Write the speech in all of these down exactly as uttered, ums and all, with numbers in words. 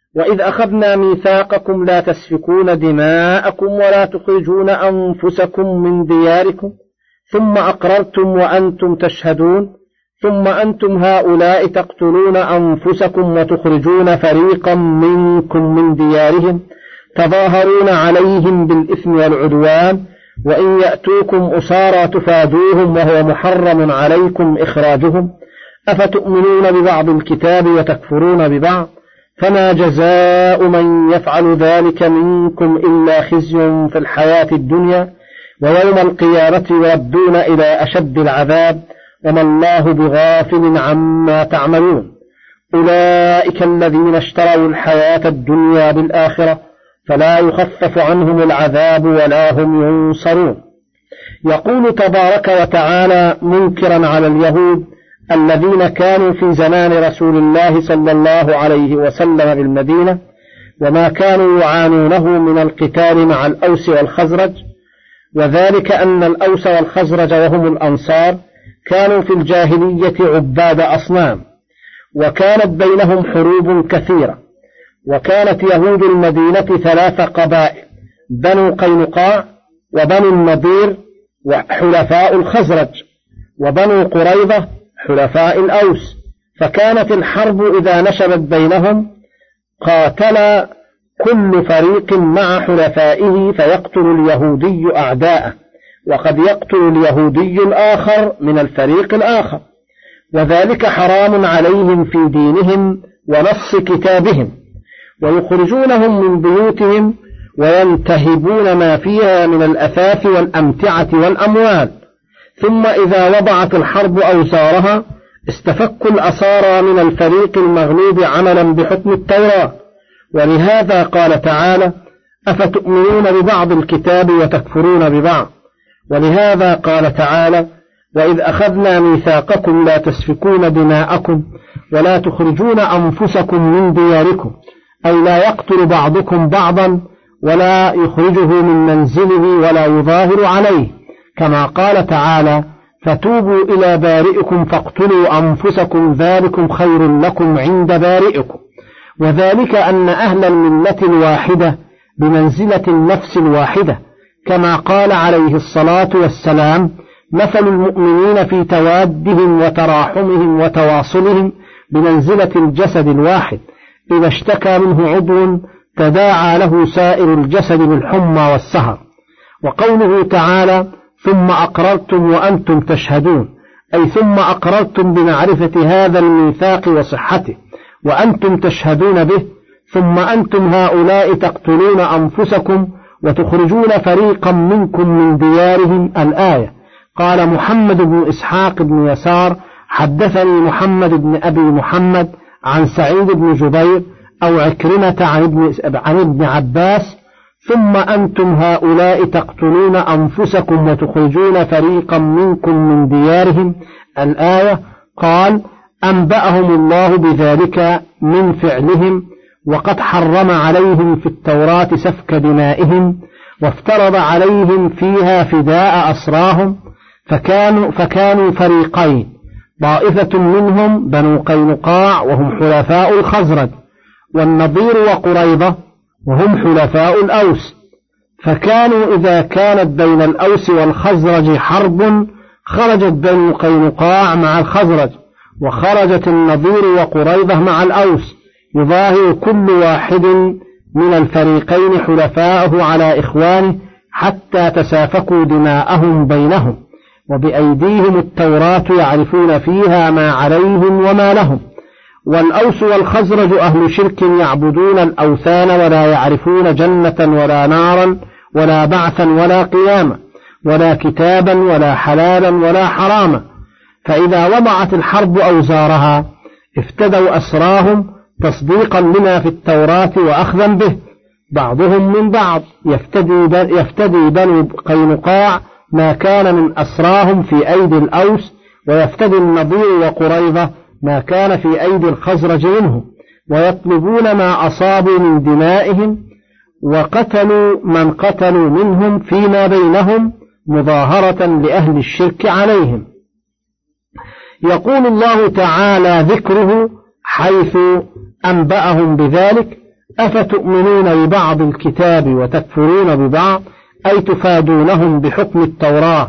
وإذ أخذنا ميثاقكم لا تسفكون دماءكم ولا تخرجون أنفسكم من دياركم ثم أقررتم وأنتم تشهدون ثم أنتم هؤلاء تقتلون أنفسكم وتخرجون فريقا منكم من ديارهم تظاهرون عليهم بالإثم والعدوان وإن يأتوكم أسارى تفادوهم وهو محرم عليكم إخراجهم أفتؤمنون ببعض الكتاب وتكفرون ببعض فما جزاء من يفعل ذلك منكم إلا خزي في الحياة الدنيا ويوم القيامة يردون إلى أشد العذاب وما الله بغافل عما تعملون أولئك الذين اشتروا الحياة الدنيا بالآخرة فلا يخفف عنهم العذاب ولا هم ينصرون. يقول تبارك وتعالى منكرا على اليهود الذين كانوا في زمان رسول الله صلى الله عليه وسلم بالمدينة وما كانوا يعانونه من القتال مع الأوس والخزرج، وذلك أن الأوس والخزرج وهم الأنصار كانوا في الجاهلية عباد أصنام، وكانت بينهم حروب كثيرة، وكانت يهود المدينة ثلاث قبائل: بنو قينقاع وبنو النضير وحلفاء الخزرج، وبنو قريظة حلفاء الأوس. فكانت الحرب إذا نشبت بينهم قاتل كل فريق مع حلفائه فيقتل اليهودي أعداءه، وقد يقتل اليهودي الآخر من الفريق الآخر، وذلك حرام عليهم في دينهم ونص كتابهم، ويخرجونهم من بيوتهم وينتهبون ما فيها من الأثاث والأمتعة والأموال. ثم إذا وضعت الحرب أوزارها استفكوا الأسارى من الفريق المغلوب عملا بحكم التوراة، ولهذا قال تعالى: أفتؤمنون ببعض الكتاب وتكفرون ببعض. ولهذا قال تعالى: وإذ أخذنا ميثاقكم لا تسفكون دماءكم ولا تخرجون أنفسكم من دياركم، أي لا يقتل بعضكم بعضا ولا يخرجه من منزله ولا يظاهر عليه، كما قال تعالى: فتوبوا إلى بارئكم فاقتلوا أنفسكم ذلكم خير لكم عند بارئكم. وذلك أن أهل الملة الواحدة بمنزلة النفس الواحدة، كما قال عليه الصلاة والسلام: مثل المؤمنين في توادهم وتراحمهم وتواصلهم بمنزلة الجسد الواحد، إذا اشتكى منه عضو تداعى له سائر الجسد بالحمى والسهر. وقوله تعالى: ثم أقررتم وأنتم تشهدون، أي ثم أقررتم بمعرفة هذا الميثاق وصحته وأنتم تشهدون به، ثم أنتم هؤلاء تقتلون أنفسكم وتخرجون فريقا منكم من ديارهم. الآية. قال محمد بن إسحاق بن يسار: حدثني محمد بن أبي محمد عن سعيد بن جبير أو عكرمة عن ابن, عن ابن عباس: ثم أنتم هؤلاء تقتلون أنفسكم وتخرجون فريقا منكم من ديارهم. الآية. قال: أنبأهم الله بذلك من فعلهم، وقد حرم عليهم في التوراة سفك دمائهم، وافترض عليهم فيها فداء أسراهم، فكانوا, فكانوا فريقين: طائفة منهم بنو قينقاع وهم حلفاء الخزرج، والنضير وقريظة وهم حلفاء الأوس. فكانوا إذا كانت بين الأوس والخزرج حرب خرجت بنو قينقاع مع الخزرج، وخرجت النضير وقريظة مع الأوس، يظاهر كل واحد من الفريقين حلفاءه على إخوانه حتى تسافكوا دماءهم بينهم، وبأيديهم التوراة يعرفون فيها ما عليهم وما لهم. والأوس والخزرج أهل شرك يعبدون الأوثان ولا يعرفون جنة ولا نارا ولا بعثا ولا قيامة ولا كتابا ولا حلالا ولا حراما. فإذا وضعت الحرب أوزارها افتدوا أسراهم تصديقا لما في التوراة وأخذا به، بعضهم من بعض. يفتدي, يفتدي بنو قينقاع ما كان من أسراهم في أيدي الأوس، ويفتدي النضير وقريظة ما كان في أيدي الخزرج منهم، ويطلبون ما أصابوا من دمائهم، وقتلوا من قتلوا منهم فيما بينهم مظاهرة لأهل الشرك عليهم. يقول الله تعالى ذكره حيث أنبأهم بذلك: أفتؤمنون ببعض الكتاب وتكفرون ببعض، أي تفادونهم بحكم التوراة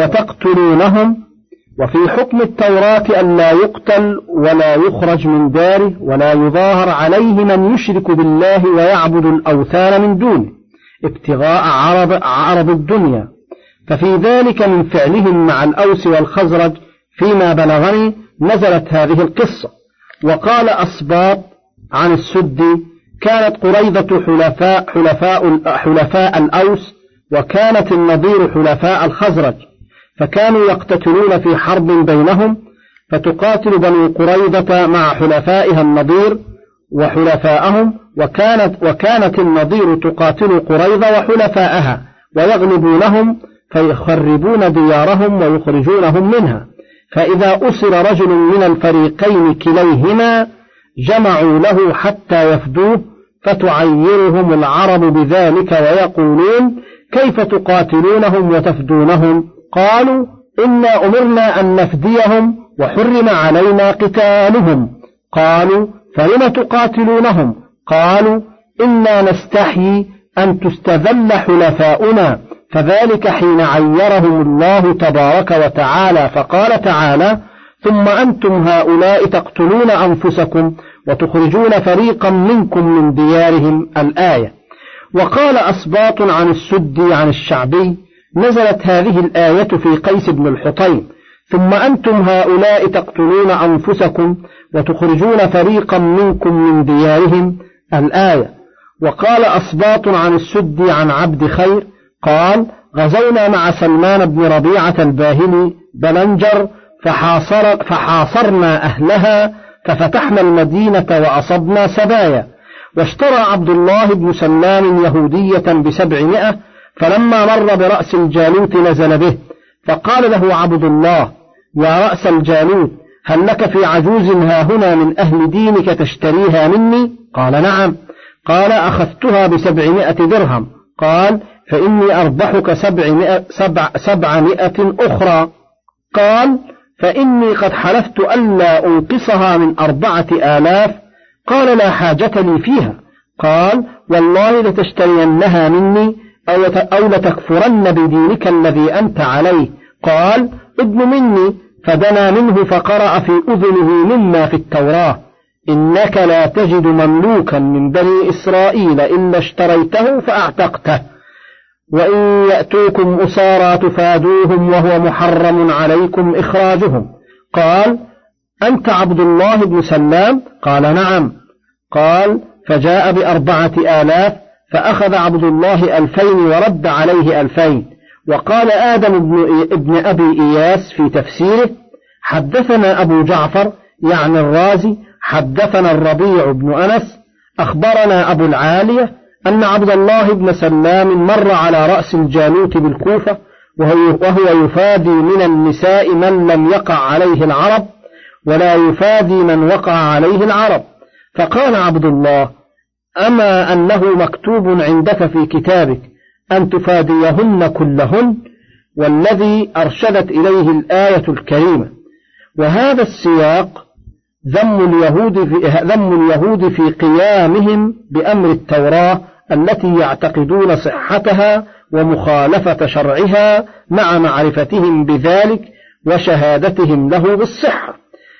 وتقتلونهم. وفي حكم التوراة أن لا يقتل ولا يخرج من داره ولا يظاهر عليه من يشرك بالله ويعبد الأوثان من دونه ابتغاء عرض, عرض الدنيا. ففي ذلك من فعلهم مع الأوس والخزرج فيما بلغني نزلت هذه القصة. وقال أصباط عن السدي: كانت قريظة حلفاء, حلفاء, حلفاء الأوس، وكانت النضير حلفاء الخزرج، فكانوا يقتتلون في حرب بينهم، فتقاتل بنو قريظة مع حلفائها النضير وحلفاءهم، وكانت, وكانت النضير تقاتل قريظة وحلفاءها ويغلبونهم فيخربون ديارهم ويخرجونهم منها. فإذا أسر رجل من الفريقين كليهما جمعوا له حتى يفدوه، فتعيرهم العرب بذلك ويقولون: كيف تقاتلونهم وتفدونهم؟ قالوا: إنا أمرنا أن نفديهم وحرم علينا قتالهم. قالوا: فلم تقاتلونهم؟ قالوا: إنا نستحيي أن تستذل حلفاؤنا. فذلك حين عيرهم الله تبارك وتعالى، فقال تعالى: ثم أنتم هؤلاء تقتلون أنفسكم وتخرجون فريقا منكم من ديارهم، الآية. وقال أصباط عن السدي عن الشعبي: نزلت هذه الآية في قيس بن الحطيم: ثم أنتم هؤلاء تقتلون أنفسكم وتخرجون فريقا منكم من ديارهم، الآية. وقال أصباط عن السدي عن عبد خير قال: غزونا مع سلمان بن ربيعة الباهلي بلنجر فحاصر فحاصرنا أهلها ففتحنا المدينة وأصبنا سبايا. واشترى عبد الله بن سلام يهودية بسبعمائة، فلما مر برأس الجالوت نزل به، فقال له عبد الله: يا رأس الجالوت، هل لك في عجوز هاهنا من أهل دينك تشتريها مني؟ قال: نعم. قال: أخذتها بسبعمائة درهم. قال: فإني أربحك سبعمائة, سبع سبعمائة أخرى. قال: فإني قد حلفت ألا أنقصها من أربعة آلاف. قال: لا حاجة لي فيها. قال: والله لتشترينها مني أو لتكفرن بدينك الذي أنت عليه. قال: ادن مني. فدنا منه فقرأ في أذنه مما في التوراة: إنك لا تجد مملوكا من بني إسرائيل إلا اشتريته فأعتقته، وإن يأتوكم أسارى تفادوهم وهو محرم عليكم إخراجهم. قال: أنت عبد الله بن سلام؟ قال: نعم. قال: فجاء بأربعة آلاف، فأخذ عبد الله ألفين ورد عليه ألفين. وقال آدم بن أبي إياس في تفسيره: حدثنا أبو جعفر يعني الرازي حدثنا الربيع بن أنس أخبرنا أبو العالية أن عبد الله بن سلام مر على رأس الجالوت بالكوفة وهو يفادي من النساء من لم يقع عليه العرب ولا يفادي من وقع عليه العرب. فقال عبد الله: أما أنه مكتوب عندك في كتابك أن تفاديهن كلهن؟ والذي أرشدت إليه الآية الكريمة. وهذا السياق ذم اليهود في, ذم اليهود في قيامهم بأمر التوراة التي يعتقدون صحتها ومخالفة شرعها مع معرفتهم بذلك وشهادتهم له بالصحة،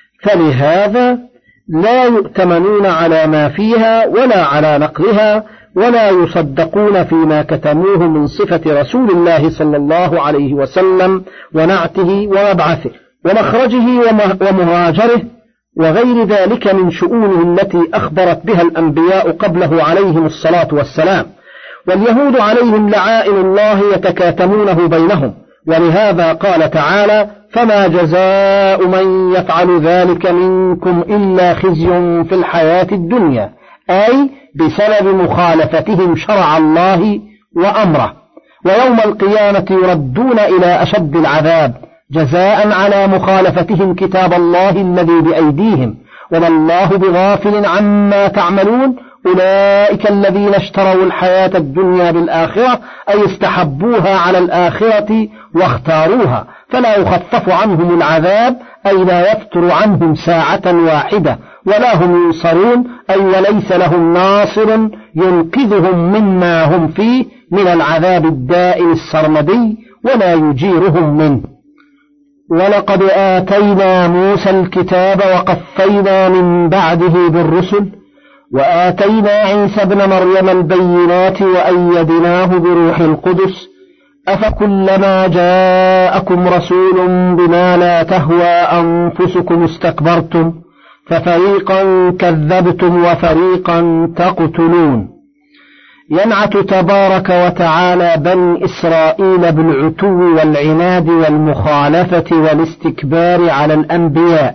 فلهذا لا يؤتمنون على ما فيها ولا على نقلها، ولا يصدقون فيما كتموه من صفة رسول الله صلى الله عليه وسلم ونعته ومبعثه ومخرجه ومهاجره وغير ذلك من شؤونه التي أخبرت بها الأنبياء قبله عليهم الصلاة والسلام. واليهود عليهم لعائن الله يتكاتمونه بينهم، ولهذا قال تعالى: فما جزاء من يفعل ذلك منكم إلا خزي في الحياة الدنيا، أي بسبب مخالفتهم شرع الله وأمره، ويوم القيامة يردون إلى أشد العذاب جزاء على مخالفتهم كتاب الله الذي بأيديهم، وما الله بغافل عما تعملون. أولئك الذين اشتروا الحياة الدنيا بالآخرة، أي استحبوها على الآخرة واختاروها، فلا يخفف عنهم العذاب، أي لا يفتر عنهم ساعة واحدة، ولا هم ينصرون، أي وليس لهم ناصر ينقذهم مما هم فيه من العذاب الدائم السرمدي ولا يجيرهم منه. ولقد آتينا موسى الكتاب وقفينا من بعده بالرسل وآتينا عيسى ابن مريم البينات وأيدناه بروح القدس أفكلما جاءكم رسول بما لا تهوى أنفسكم استكبرتم ففريقا كذبتم وفريقا تقتلون. ينعت تبارك وتعالى بني إسرائيل بالعتو والعناد والمخالفة والاستكبار على الأنبياء،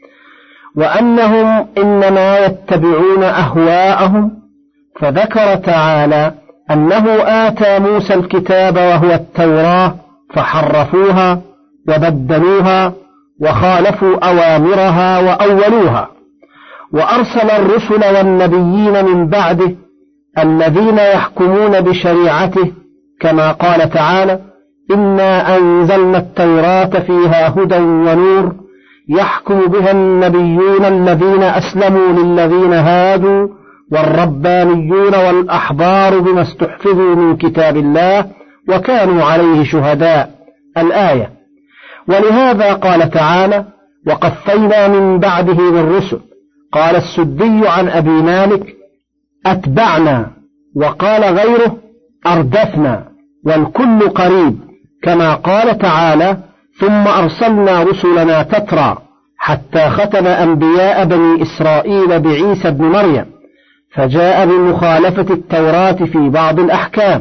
وأنهم إنما يتبعون أهواءهم، فذكر تعالى أنه آتى موسى الكتاب وهو التوراة فحرفوها وبدلوها وخالفوا أوامرها وأولوها، وأرسل الرسل والنبيين من بعده الذين يحكمون بشريعته، كما قال تعالى: إنا أنزلنا التوراة فيها هدى ونور يحكم بها النبيون الذين أسلموا للذين هادوا والربانيون والأحبار بما استحفظوا من كتاب الله وكانوا عليه شهداء. الآية. ولهذا قال تعالى: وقفينا من بعده بالرسل. قال السدي عن أبي مالك: أتبعنا، وقال غيره: أردفنا، والكل قريب، كما قال تعالى: ثم أرسلنا رسلنا تترى حتى ختم أنبياء بني إسرائيل بعيسى ابن مريم، فجاء بمخالفة التوراة في بعض الأحكام،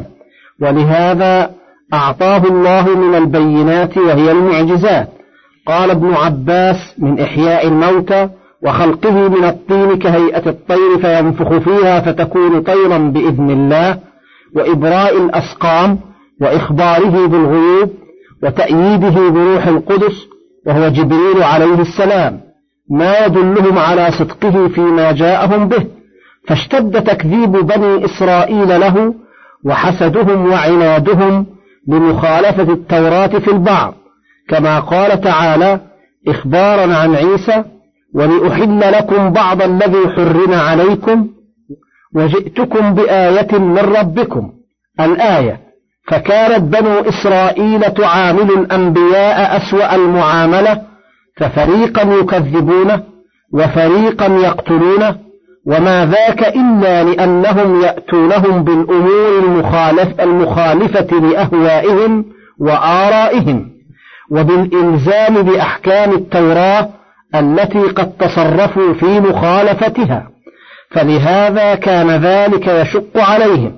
ولهذا أعطاه الله من البينات وهي المعجزات. قال ابن عباس: من إحياء الموتى وخلقه من الطين كهيئة الطير فينفخ فيها فتكون طيرا بإذن الله، وإبراء الأسقام، وإخباره بالغيوب، وتأييده بروح القدس وهو جبريل عليه السلام، ما يدلهم على صدقه فيما جاءهم به، فاشتد تكذيب بني إسرائيل له وحسدهم وعنادهم بمخالفة التوراة في البعض، كما قال تعالى إخبارا عن عيسى: ولأحل لكم بعض الذي حرم عليكم وجئتكم بآية من ربكم. الآية. فكانت بنو إسرائيل تعامل الأنبياء أسوأ المعاملة، ففريقا يكذبونه وفريقا يقتلونه، وما ذاك إلا لأنهم يأتونهم بالأمور المخالف المخالفة لأهوائهم وآرائهم، وبالإلزام بأحكام التوراة التي قد تصرفوا في مخالفتها، فلهذا كان ذلك يشق عليهم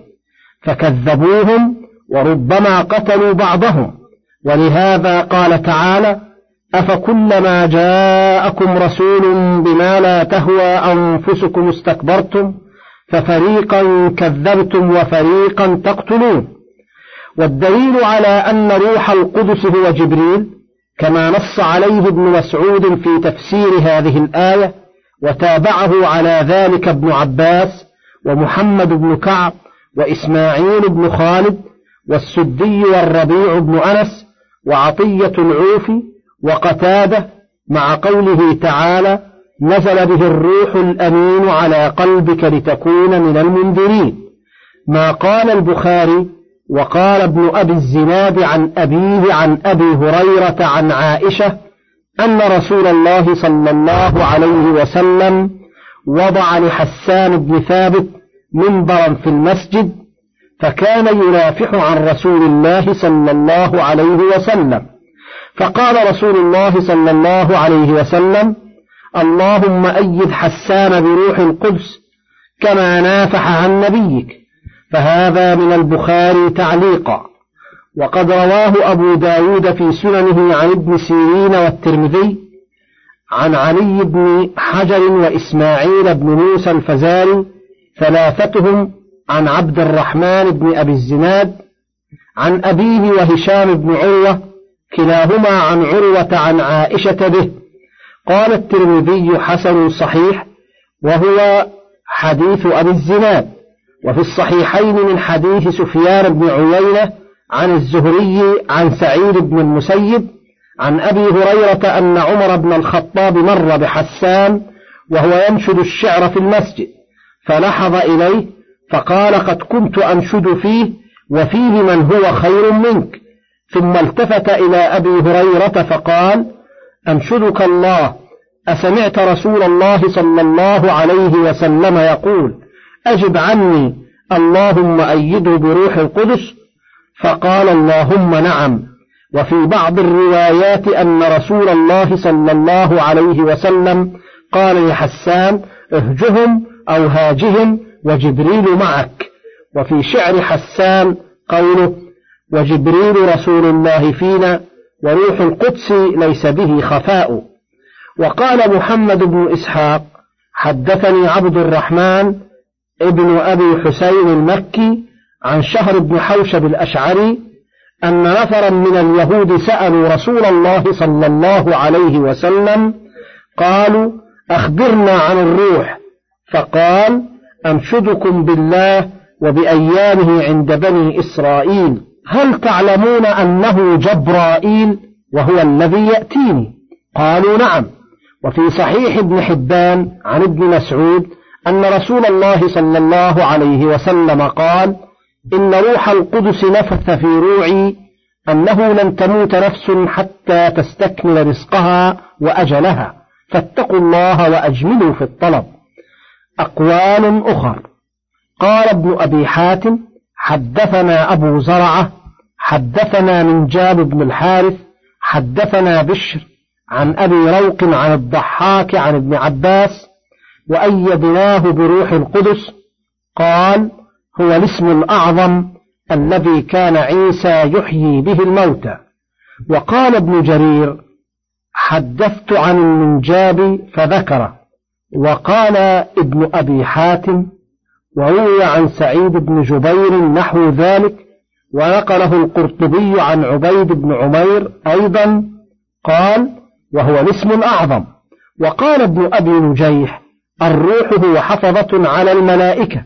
فكذبوهم وربما قتلوا بعضهم. ولهذا قال تعالى: أفكلما جاءكم رسول بما لا تهوى أنفسكم استكبرتم ففريقا كذبتم وفريقا تقتلون. والدليل على أن روح القدس هو جبريل، كما نص عليه ابن مسعود في تفسير هذه الآية، وتابعه على ذلك ابن عباس ومحمد بن كعب وإسماعيل بن خالد والسدي والربيع بن أنس وعطية العوفي وقتادة، مع قوله تعالى: نزل به الروح الأمين على قلبك لتكون من المنذرين. ما قال البخاري: وقال ابن أبي الزناد عن أبيه عن أبي هريرة عن عائشة أن رسول الله صلى الله عليه وسلم وضع لحسان بن ثابت منبرا في المسجد، فكان ينافح عن رسول الله صلى الله عليه وسلم، فقال رسول الله صلى الله عليه وسلم: اللهم أيد حسان بروح القدس كما نافح عن نبيك. فهذا من البخاري تعليقا. وقد رواه أبو داود في سننه عن ابن سيرين والترمذي عن علي بن حجر وإسماعيل بن موسى الفزاري ثلاثتهم عن عبد الرحمن بن أبي الزناد عن أبيه وهشام بن عروة كلاهما عن عروة عن عائشة به. قال الترمذي: حسن صحيح، وهو حديث أبي الزناد. وفي الصحيحين من حديث سفيان بن عيينة عن الزهري عن سعيد بن المسيب عن أبي هريرة أن عمر بن الخطاب مر بحسان وهو ينشد الشعر في المسجد، فلحظ إليه فقال: قد كنت أنشد فيه وفيه من هو خير منك. ثم التفت إلى أبي هريرة فقال: أنشدك الله، أسمعت رسول الله صلى الله عليه وسلم يقول: أجب عني اللهم أيده بروح القدس؟ فقال: اللهم نعم. وفي بعض الروايات أن رسول الله صلى الله عليه وسلم قال لحسان: اهجهم أو هاجهم وجبريل معك. وفي شعر حسان قوله: وجبريل رسول الله فينا وروح القدس ليس به خفاء. وقال محمد بن إسحاق: حدثني عبد الرحمن ابن أبي حسين المكي عن شهر بن حوشب الأشعري أن نفرا من اليهود سألوا رسول الله صلى الله عليه وسلم قالوا: أخبرنا عن الروح. فقال: أنشدكم بالله وبأيامه عند بني إسرائيل، هل تعلمون أنه جبرائيل وهو الذي يأتيني؟ قالوا: نعم. وفي صحيح ابن حبان عن ابن مسعود أن رسول الله صلى الله عليه وسلم قال: إن روح القدس نفث في روعي أنه لن تموت نفس حتى تستكمل رزقها وأجلها، فاتقوا الله وأجملوا في الطلب. أقوال أخر. قال ابن أبي حاتم: حدثنا أبو زرعة حدثنا من جاب بن الحارث حدثنا بشر عن أبي روق عن الضحاك عن ابن عباس: وأيدناه بروح القدس. قال: هو الاسم الأعظم الذي كان عيسى يحيي به الموتى. وقال ابن جرير: حدثت عن المنجاب فذكره. وقال ابن أبي حاتم: وروي عن سعيد بن جبير نحو ذلك، ونقله القرطبي عن عبيد بن عمير أيضا قال: وهو الاسم الأعظم. وقال ابن أبي نجيح: الروح هو حفظة على الملائكة.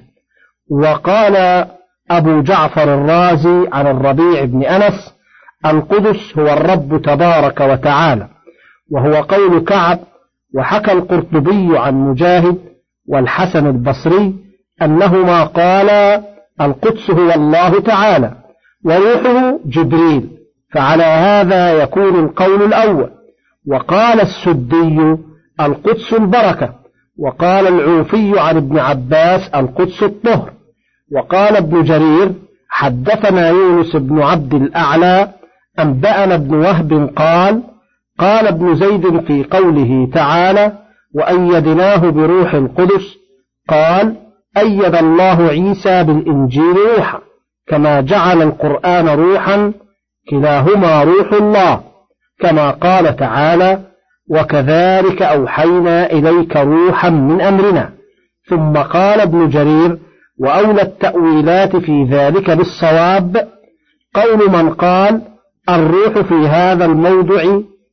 وقال أبو جعفر الرازي عن الربيع بن أنس: القدس هو الرب تبارك وتعالى، وهو قول كعب. وحكى القرطبي عن مجاهد والحسن البصري أنهما قالا: القدس هو الله تعالى وروحه جبريل، فعلى هذا يكون القول الأول. وقال السدي: القدس البركة. وقال العوفي عن ابن عباس: القدس الطهر. وقال ابن جرير: حدثنا يونس بن عبد الأعلى أنبأنا ابن وهب قال: قال ابن زيد في قوله تعالى: وأيدناه بروح القدس، قال: أيد الله عيسى بالإنجيل روحا، كما جعل القرآن روحا، كلاهما روح الله، كما قال تعالى: وكذلك أوحينا إليك روحا من أمرنا. ثم قال ابن جرير: وأولى التأويلات في ذلك بالصواب قول من قال: الروح في هذا الموضع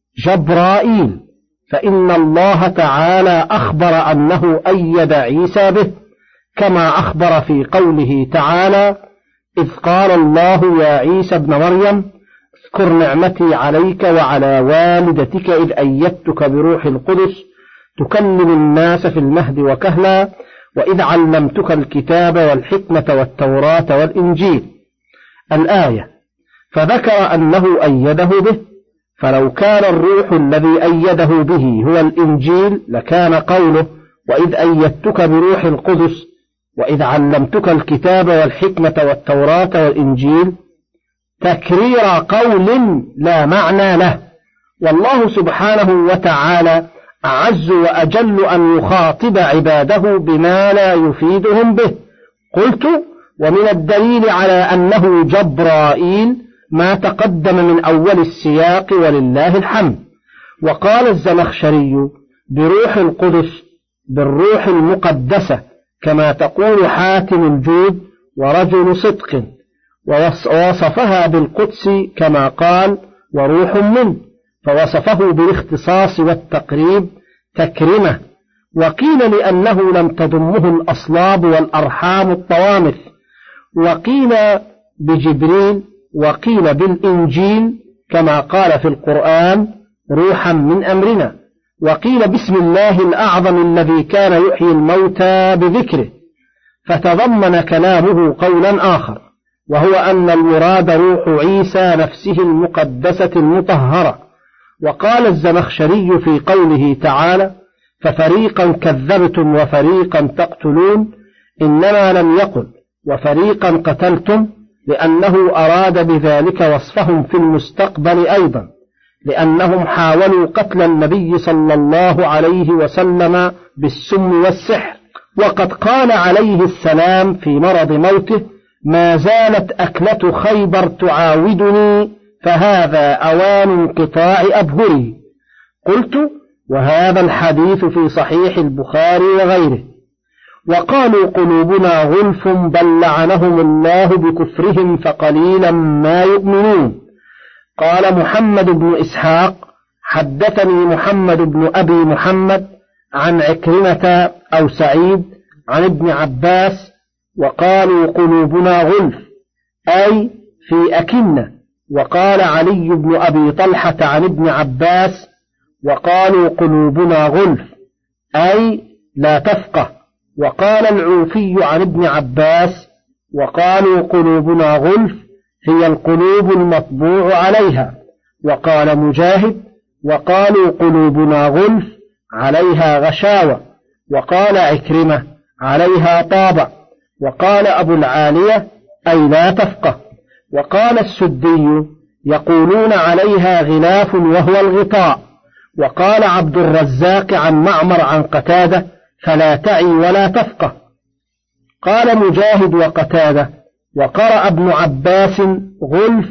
جبرائيل، فإن الله تعالى أخبر أنه أيد عيسى به، كما أخبر في قوله تعالى: إذ قال الله يا عيسى ابن مريم اذكر نعمتي عليك وعلى والدتك إذ أيدتك بروح القدس تكلم الناس في المهد وكهلا وإذ علمتك الكتاب والحكمة والتوراة والإنجيل. الآية. فذكر أنه أيده به، فلو كان الروح الذي أيده به هو الإنجيل لكان قوله: وإذ أيدتك بروح القدس وإذ علمتك الكتاب والحكمة والتوراة والإنجيل تكرير قول لا معنى له. والله سبحانه وتعالى أعز وأجل أن يخاطب عباده بما لا يفيدهم به. قلت: ومن الدليل على أنه جبرائيل ما تقدم من أول السياق ولله الحمد. وقال الزمخشري: بروح القدس بالروح المقدسة، كما تقول حاتم الجود ورجل صدق، ووصفها بالقدس كما قال: وروح منه، فوصفه بالاختصاص والتقريب تكرمة. وقيل لأنه لم تضمه الأصلاب والأرحام الطوامث. وقيل بجبريل، وقيل بالإنجيل كما قال في القرآن: روحا من أمرنا. وقيل بسم الله الأعظم الذي كان يحيي الموتى بذكره، فتضمن كلامه قولا آخر، وهو أن المراد روح عيسى نفسه المقدسة المطهرة. وقال الزمخشري في قوله تعالى ففريقا كذبتم وفريقا تقتلون، إنما لم يقل وفريقا قتلتم، لأنه أراد بذلك وصفهم في المستقبل أيضا، لأنهم حاولوا قتل النبي صلى الله عليه وسلم بالسم والسحر. وقد قال عليه السلام في مرض موته ما زالت أكلة خيبر تعاودني، فهذا أوان انقطاع أبهري. قلت وهذا الحديث في صحيح البخاري وغيره. وقالوا قلوبنا غلف بل لعنهم الله بكفرهم فقليلا ما يؤمنون. قال محمد بن إسحاق حدثني محمد بن أبي محمد عن عكرمة أو سعيد عن ابن عباس وقالوا قلوبنا غلف أي في أكنة. وقال علي بن أبي طلحة عن ابن عباس وقالوا قلوبنا غلف أي لا تفقه. وقال العوفي عن ابن عباس وقالوا قلوبنا غلف هي القلوب المطبوع عليها. وقال مجاهد وقالوا قلوبنا غلف عليها غشاوة. وقال عكرمة عليها طابع. وقال أبو العالية أي لا تفقه. وقال السدي يقولون عليها غلاف وهو الغطاء. وقال عبد الرزاق عن معمر عن قتادة فلا تعي ولا تفقه. قال مجاهد وقتادة وقرأ ابن عباس غلف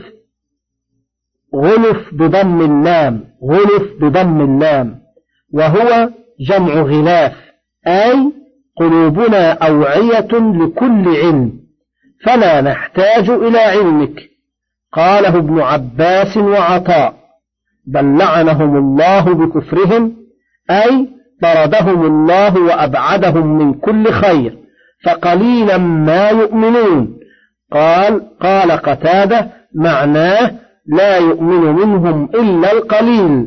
غلف بضم اللام غلف بضم اللام وهو جمع غلاف أي قلوبنا أوعية لكل علم فلا نحتاج إلى علمك. قاله ابن عباس وعطاء بل لعنهم الله بكفرهم أي طردهم الله وأبعدهم من كل خير فقليلا ما يؤمنون. قال قال قتادة معناه لا يؤمن منهم إلا القليل.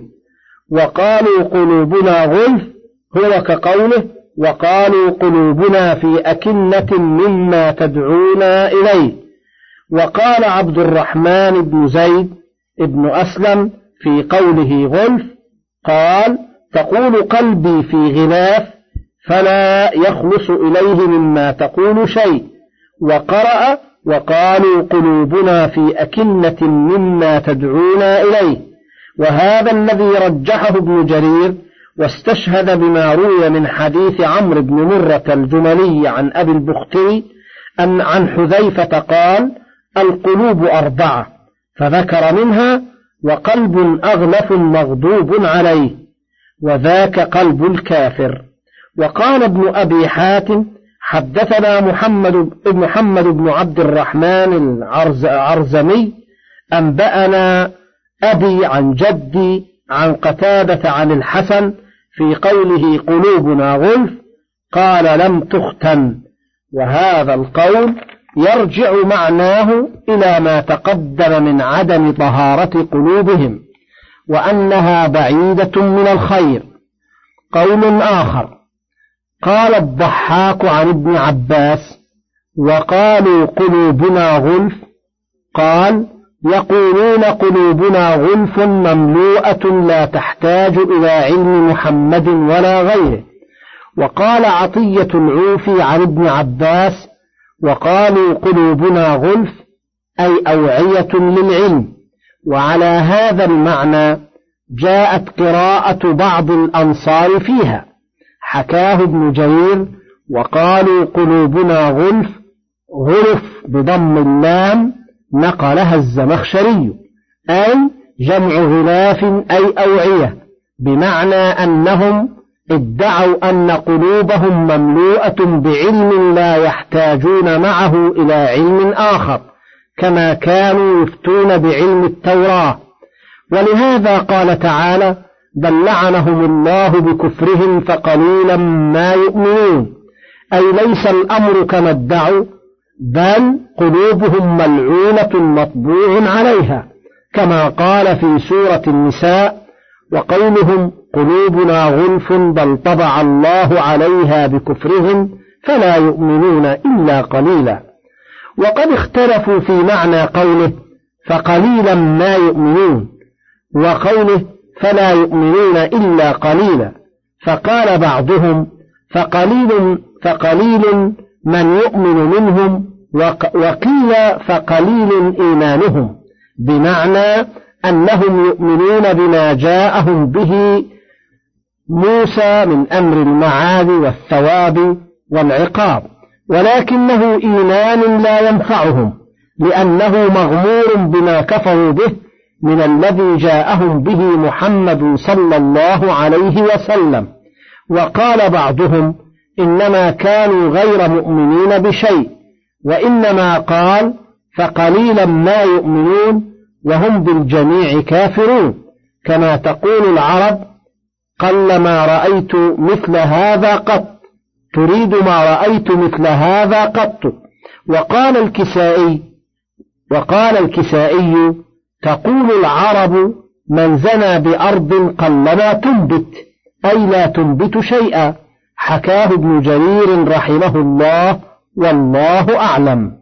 وقالوا قلوبنا غلف هو كقوله وقالوا قلوبنا في أكنة مما تدعونا إليه. وقال عبد الرحمن بن زيد ابن أسلم في قوله غلف قال تقول قلبي في غلاف فلا يخلص إليه مما تقول شيء. وقرأ وقالوا قلوبنا في أكنة مما تدعونا إليه. وهذا الذي رجحه ابن جرير واستشهد بما روي من حديث عمرو بن مرة الجملي عن أبي البختري أن عن حذيفة قال القلوب أربعة فذكر منها وقلب أغلف مغضوب عليه وذاك قلب الكافر. وقال ابن أبي حاتم حدثنا محمد محمد بن عبد الرحمن العرزمي أنبأنا أبي عن جدي عن قتادة عن الحسن في قوله قلوبنا غلف قال لم تختن. وهذا القول يرجع معناه إلى ما تقدم من عدم طهارة قلوبهم وأنها بعيدة من الخير. قول آخر قال الضحاك عن ابن عباس وقالوا قلوبنا غلف قال يقولون قلوبنا غلف مملوءة لا تحتاج إلى علم محمد ولا غيره. وقال عطية العوفي عن ابن عباس وقالوا قلوبنا غلف أي أوعية للعلم. وعلى هذا المعنى جاءت قراءة بعض الأنصار فيها حكاه ابن جرير وقالوا قلوبنا غلف غلف بضم اللام نقلها الزمخشري أي جمع غلاف أي أوعية بمعنى أنهم ادعوا أن قلوبهم مملوءة بعلم لا يحتاجون معه إلى علم آخر كما كانوا يفتون بعلم التوراة. ولهذا قال تعالى بل لعنهم الله بكفرهم فقليلا ما يؤمنون أي ليس الأمر كما ادعوا بل قلوبهم ملعونة مطبوع عليها كما قال في سورة النساء وقولهم قلوبنا غلف بل طبع الله عليها بكفرهم فلا يؤمنون إلا قليلا. وقد اختلفوا في معنى قوله فقليلا ما يؤمنون وقوله فلا يؤمنون إلا قليلا، فقال بعضهم فقليل فقليل من يؤمن منهم، وقيل فقليل إيمانهم، بمعنى أنهم يؤمنون بما جاءهم به موسى من أمر المعاد والثواب والعقاب، ولكنه إيمان لا ينفعهم لأنه مغمور بما كفروا به من الذي جاءهم به محمد صلى الله عليه وسلم. وقال بعضهم إنما كانوا غير مؤمنين بشيء، وإنما قال فقليلا ما يؤمنون وهم بالجميع كافرون، كما تقول العرب قلما رأيت مثل هذا قط، تريد ما رأيت مثل هذا قط. وقال الكسائي وقال الكسائي تقول العرب من زنى بأرض قلما تنبت، أي لا تنبت شيئا، حكاه ابن جرير رحمه الله والله أعلم.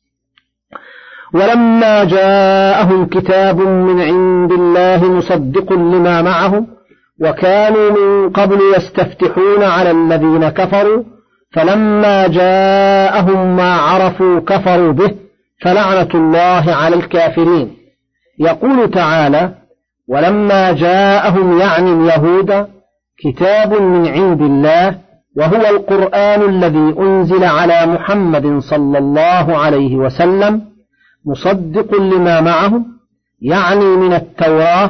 ولما جاءهم كتاب من عند الله مصدق لما معهم وكانوا من قبل يستفتحون على الذين كفروا فلما جاءهم ما عرفوا كفروا به فلعنة الله على الكافرين. يقول تعالى ولما جاءهم يعني اليهود كتاب من عند الله وهو القرآن الذي أنزل على محمد صلى الله عليه وسلم مصدق لما معهم، يعني من التوراة.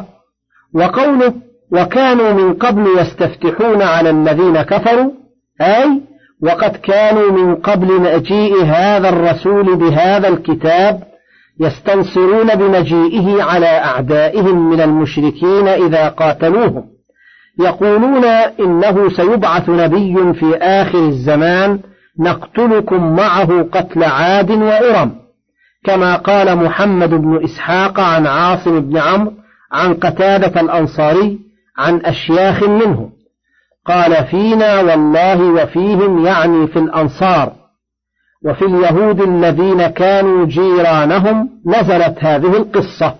وقوله وكانوا من قبل يستفتحون على الذين كفروا، أي وقد كانوا من قبل مجيء هذا الرسول بهذا الكتاب يستنصرون بمجيئه على أعدائهم من المشركين إذا قاتلوهم، يقولون إنه سيبعث نبي في آخر الزمان نقتلكم معه قتل عاد وإرم، كما قال محمد بن إسحاق عن عاصم بن عمرو عن قتادة الأنصاري عن أشياخ منهم قال فينا والله وفيهم، يعني في الأنصار وفي اليهود الذين كانوا جيرانهم نزلت هذه القصة،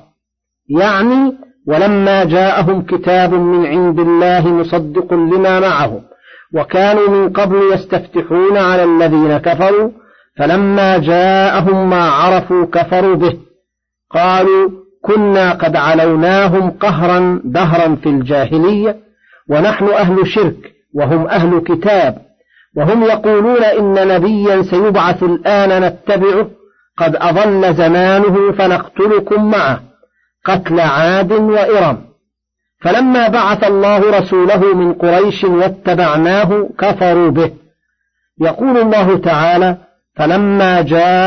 يعني ولما جاءهم كتاب من عند الله مصدق لما معهم وكانوا من قبل يستفتحون على الذين كفروا فلما جاءهم ما عرفوا كفروا به، قالوا كنا قد علوناهم قهرا دهرا في الجاهلية ونحن أهل شرك وهم أهل كتاب، وهم يقولون إن نبيا سيبعث الآن نتبعه قد أضل زمانه فنقتلكم معه قتل عاد وإرم. فلما بعث الله رسوله من قريش واتبعناه كفروا به. يقول الله تعالى فلما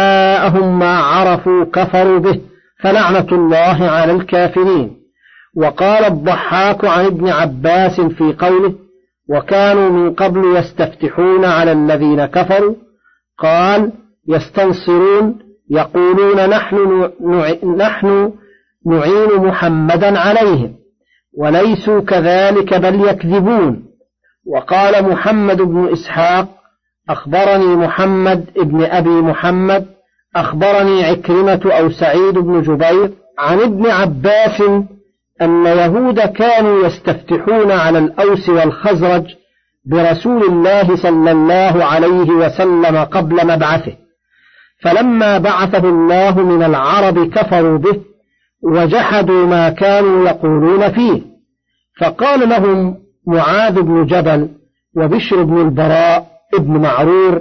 جاءهم ما عرفوا كفروا به فلعنة الله على الكافرين. وقال الضحاك عن ابن عباس في قوله وكانوا من قبل يستفتحون على الذين كفروا، قال يستنصرون يقولون نحن نحن نعين محمدا عليهم، وليسوا كذلك بل يكذبون. وقال محمد بن إسحاق أخبرني محمد ابن أبي محمد أخبرني عكرمة أو سعيد بن جبير عن ابن عباس أن يهود كانوا يستفتحون على الأوس والخزرج برسول الله صلى الله عليه وسلم قبل مبعثه، فلما بعثه الله من العرب كفروا به وجحدوا ما كانوا يقولون فيه، فقال لهم معاذ بن جبل وبشر بن البراء ابن معرور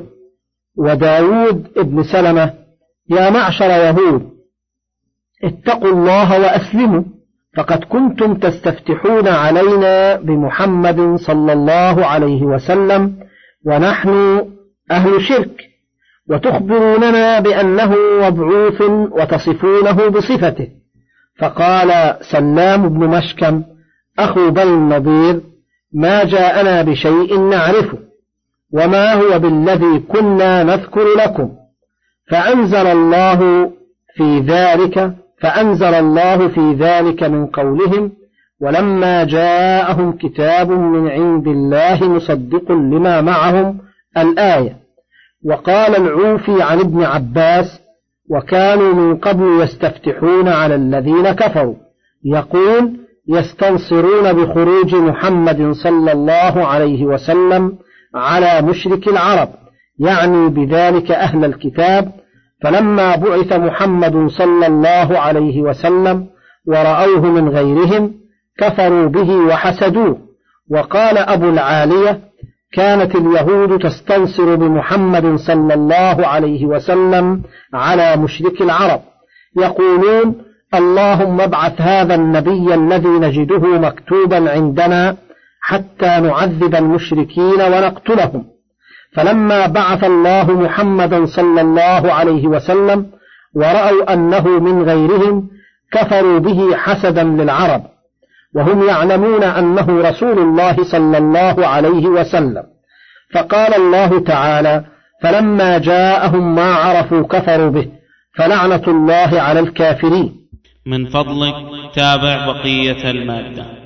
وداود ابن سلمة يا معشر يهود اتقوا الله وأسلموا، فقد كنتم تستفتحون علينا بمحمد صلى الله عليه وسلم ونحن أهل شرك، وتخبروننا بأنه مبعوث وتصفونه بصفته. فقال سلام بن مشكم أخو بني النضير ما جاءنا بشيء نعرفه وما هو بالذي كنا نذكر لكم، فأنزل الله في ذلك فأنزل الله في ذلك من قولهم ولما جاءهم كتاب من عند الله مصدق لما معهم الآية. وقال العوفي عن ابن عباس: وكانوا من قبل يستفتحون على الذين كفروا، يقول: يستنصرون بخروج محمد صلى الله عليه وسلم على مشرك العرب، يعني بذلك أهل الكتاب. فلما بعث محمد صلى الله عليه وسلم ورأوه من غيرهم كفروا به وحسدوه. وقال أبو العالية: كانت اليهود تستنصر بمحمد صلى الله عليه وسلم على مشرك العرب، يقولون: اللهم ابعث هذا النبي الذي نجده مكتوبا عندنا حتى نعذب المشركين ونقتلهم. فلما بعث الله محمدا صلى الله عليه وسلم ورأوا أنه من غيرهم كفروا به حسدا للعرب، وهم يعلمون أنه رسول الله صلى الله عليه وسلم. فقال الله تعالى: فلما جاءهم ما عرفوا كفروا به، فلعنة الله على الكافرين. من فضلك تابع بقية المادة.